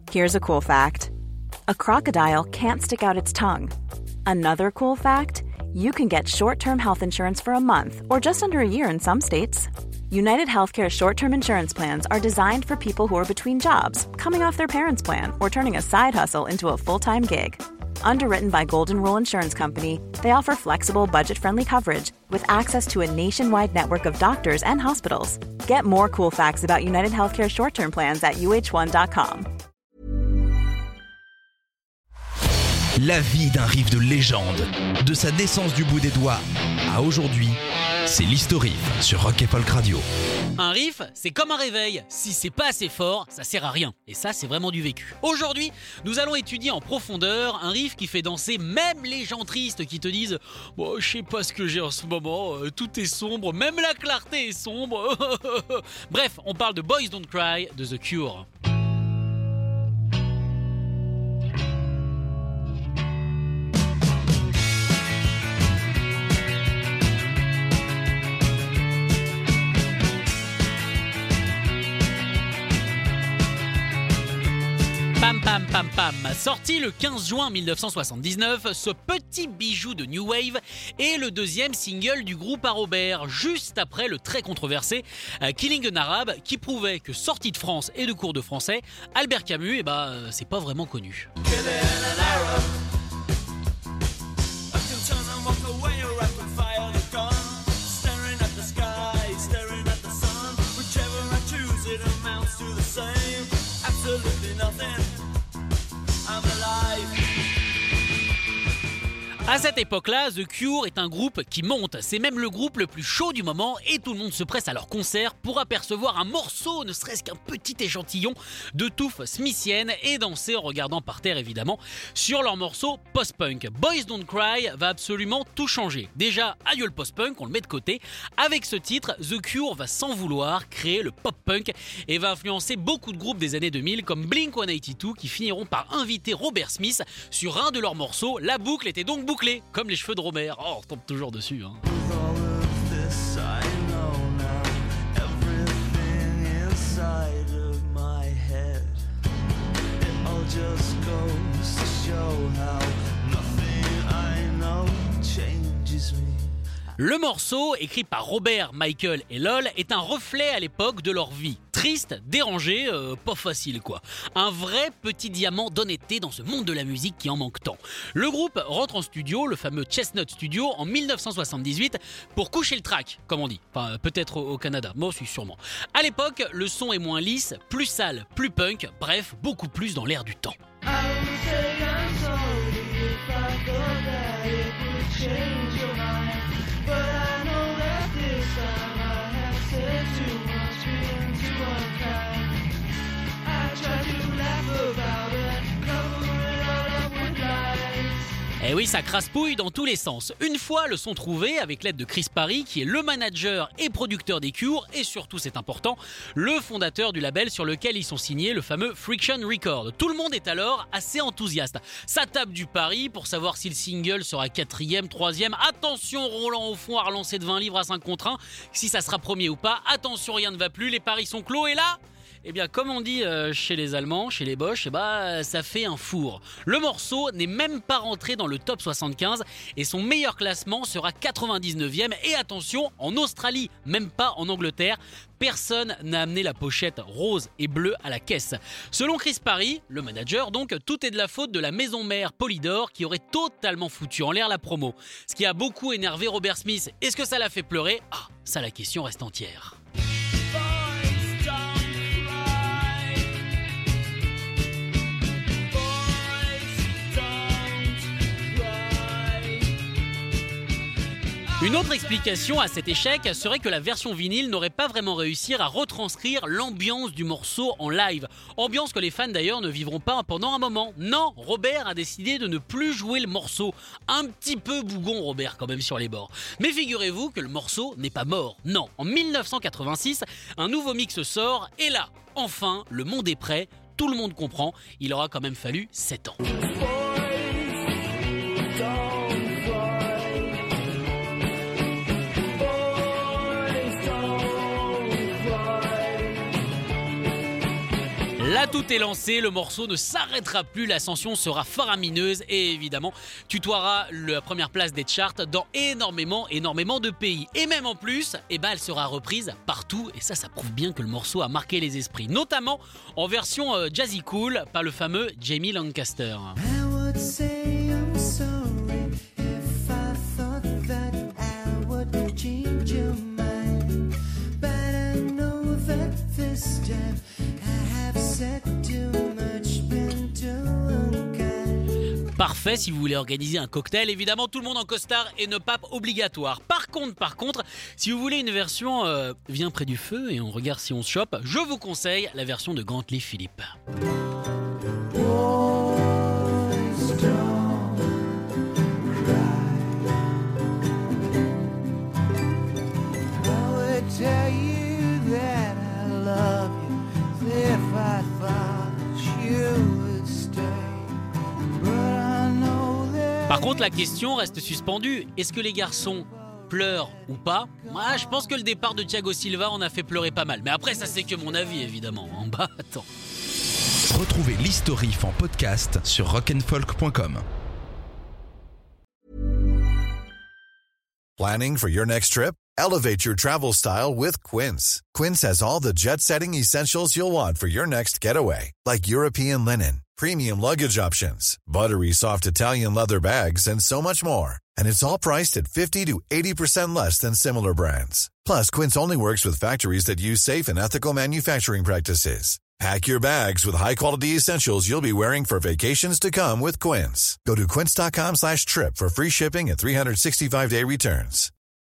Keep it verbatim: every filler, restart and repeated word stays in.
Here's a cool fact. A crocodile can't stick out its tongue. Another cool fact, you can get short-term health insurance for a month or just under a year in some states. United Healthcare short-term insurance plans are designed for people who are between jobs, coming off their parents' plan, or turning a side hustle into a full-time gig. Underwritten by Golden Rule Insurance Company, they offer flexible, budget-friendly coverage with access to a nationwide network of doctors and hospitals. Get more cool facts about United Healthcare short-term plans at U H one dot com. La vie d'un riff de légende, de sa naissance du bout des doigts à aujourd'hui, c'est l'Histo-Riff sur Rock et Folk Radio. Un riff, c'est comme un réveil. Si c'est pas assez fort, ça sert à rien. Et ça, c'est vraiment du vécu. Aujourd'hui, nous allons étudier en profondeur un riff qui fait danser même les gens tristes qui te disent « Bon, je sais pas ce que j'ai en ce moment, euh, tout est sombre, même la clarté est sombre. » Bref, on parle de Boys Don't Cry de The Cure. Pam pam pam pam, sorti le quinze juin mille neuf cent soixante-dix-neuf, ce petit bijou de New Wave est le deuxième single du groupe à Robert, juste après le très controversé euh, Killing an Arab, qui prouvait que sorti de France et de cours de français, Albert Camus, eh ben, euh, c'est pas vraiment connu. À cette époque-là, The Cure est un groupe qui monte. C'est même le groupe le plus chaud du moment et tout le monde se presse à leur concert pour apercevoir un morceau, ne serait-ce qu'un petit échantillon de touffe smithienne et danser en regardant par terre évidemment sur leur morceau post-punk. Boys Don't Cry va absolument tout changer. Déjà, adieu le post-punk, on le met de côté. Avec ce titre, The Cure va sans vouloir créer le pop-punk et va influencer beaucoup de groupes des années deux mille comme Blink cent quatre-vingt-douze qui finiront par inviter Robert Smith sur un de leurs morceaux. La boucle était donc bouclée. Comme les cheveux de Robert. Oh, on retombe toujours dessus. Hein. Le morceau, écrit par Robert, Michael et Lol, est un reflet à l'époque de leur vie. Triste, dérangé, euh, pas facile quoi. Un vrai petit diamant d'honnêteté dans ce monde de la musique qui en manque tant. Le groupe rentre en studio, le fameux Chestnut Studio, en mille neuf cent soixante-dix-huit pour coucher le track, comme on dit. Enfin, peut-être au Canada, moi aussi sûrement. À l'époque, le son est moins lisse, plus sale, plus punk, bref, beaucoup plus dans l'air du temps. Et oui, ça crasse-pouille dans tous les sens. Une fois le son trouvé, avec l'aide de Chris Parry, qui est le manager et producteur des Cure, et surtout, c'est important, le fondateur du label sur lequel ils sont signés, le fameux Friction Records. Tout le monde est alors assez enthousiaste. Ça tape du pari pour savoir si le single sera quatrième, troisième. Attention, Roland au fond à relancer de vingt livres à cinq contre un. Si ça sera premier ou pas, attention, rien ne va plus, les paris sont clos, et là... Eh bien, comme on dit euh, chez les Allemands, chez les Boches, eh ben, ça fait un four. Le morceau n'est même pas rentré dans le top soixante-quinze et son meilleur classement sera quatre-vingt-dix-neuvième. Et attention, en Australie, même pas en Angleterre, personne n'a amené la pochette rose et bleue à la caisse. Selon Chris Parry, le manager, donc, tout est de la faute de la maison mère Polydor qui aurait totalement foutu en l'air la promo. Ce qui a beaucoup énervé Robert Smith. Est-ce que ça l'a fait pleurer ? Ah, ça la question reste entière. Une autre explication à cet échec serait que la version vinyle n'aurait pas vraiment réussi à retranscrire l'ambiance du morceau en live. Ambiance que les fans d'ailleurs ne vivront pas pendant un moment. Non, Robert a décidé de ne plus jouer le morceau. Un petit peu bougon Robert quand même sur les bords. Mais figurez-vous que le morceau n'est pas mort. Non, en mille neuf cent quatre-vingt-six, un nouveau mix sort et là, enfin, le monde est prêt, tout le monde comprend. Il aura quand même fallu sept ans. La tout est lancé, le morceau ne s'arrêtera plus, l'ascension sera faramineuse et évidemment, tutoiera la première place des charts dans énormément, énormément de pays. Et même en plus, eh ben, elle sera reprise partout et ça, ça prouve bien que le morceau a marqué les esprits, notamment en version euh, jazzy cool par le fameux Jamie Lancaster. Parfait si vous voulez organiser un cocktail, évidemment tout le monde en costard et ne pape obligatoire. Par contre, par contre, si vous voulez une version euh, bien près du feu et on regarde si on se chope, je vous conseille la version de Grant Lee Phillips. Par contre, la question reste suspendue. Est-ce que les garçons pleurent ou pas ? Moi, je pense que le départ de Thiago Silva en a fait pleurer pas mal. Mais après, ça c'est que mon avis, évidemment. En bas, attends. Retrouvez l'Historif en podcast sur rock and folk point com. Planning for your next trip? Elevate your travel style with Quince. Quince has all the jet-setting essentials you'll want for your next getaway, like European linen, premium luggage options, buttery soft Italian leather bags, and so much more. And it's all priced at fifty to eighty percent less than similar brands. Plus, Quince only works with factories that use safe and ethical manufacturing practices. Pack your bags with high-quality essentials you'll be wearing for vacations to come with Quince. Go to quince dot com slash trip for free shipping and three sixty-five day returns.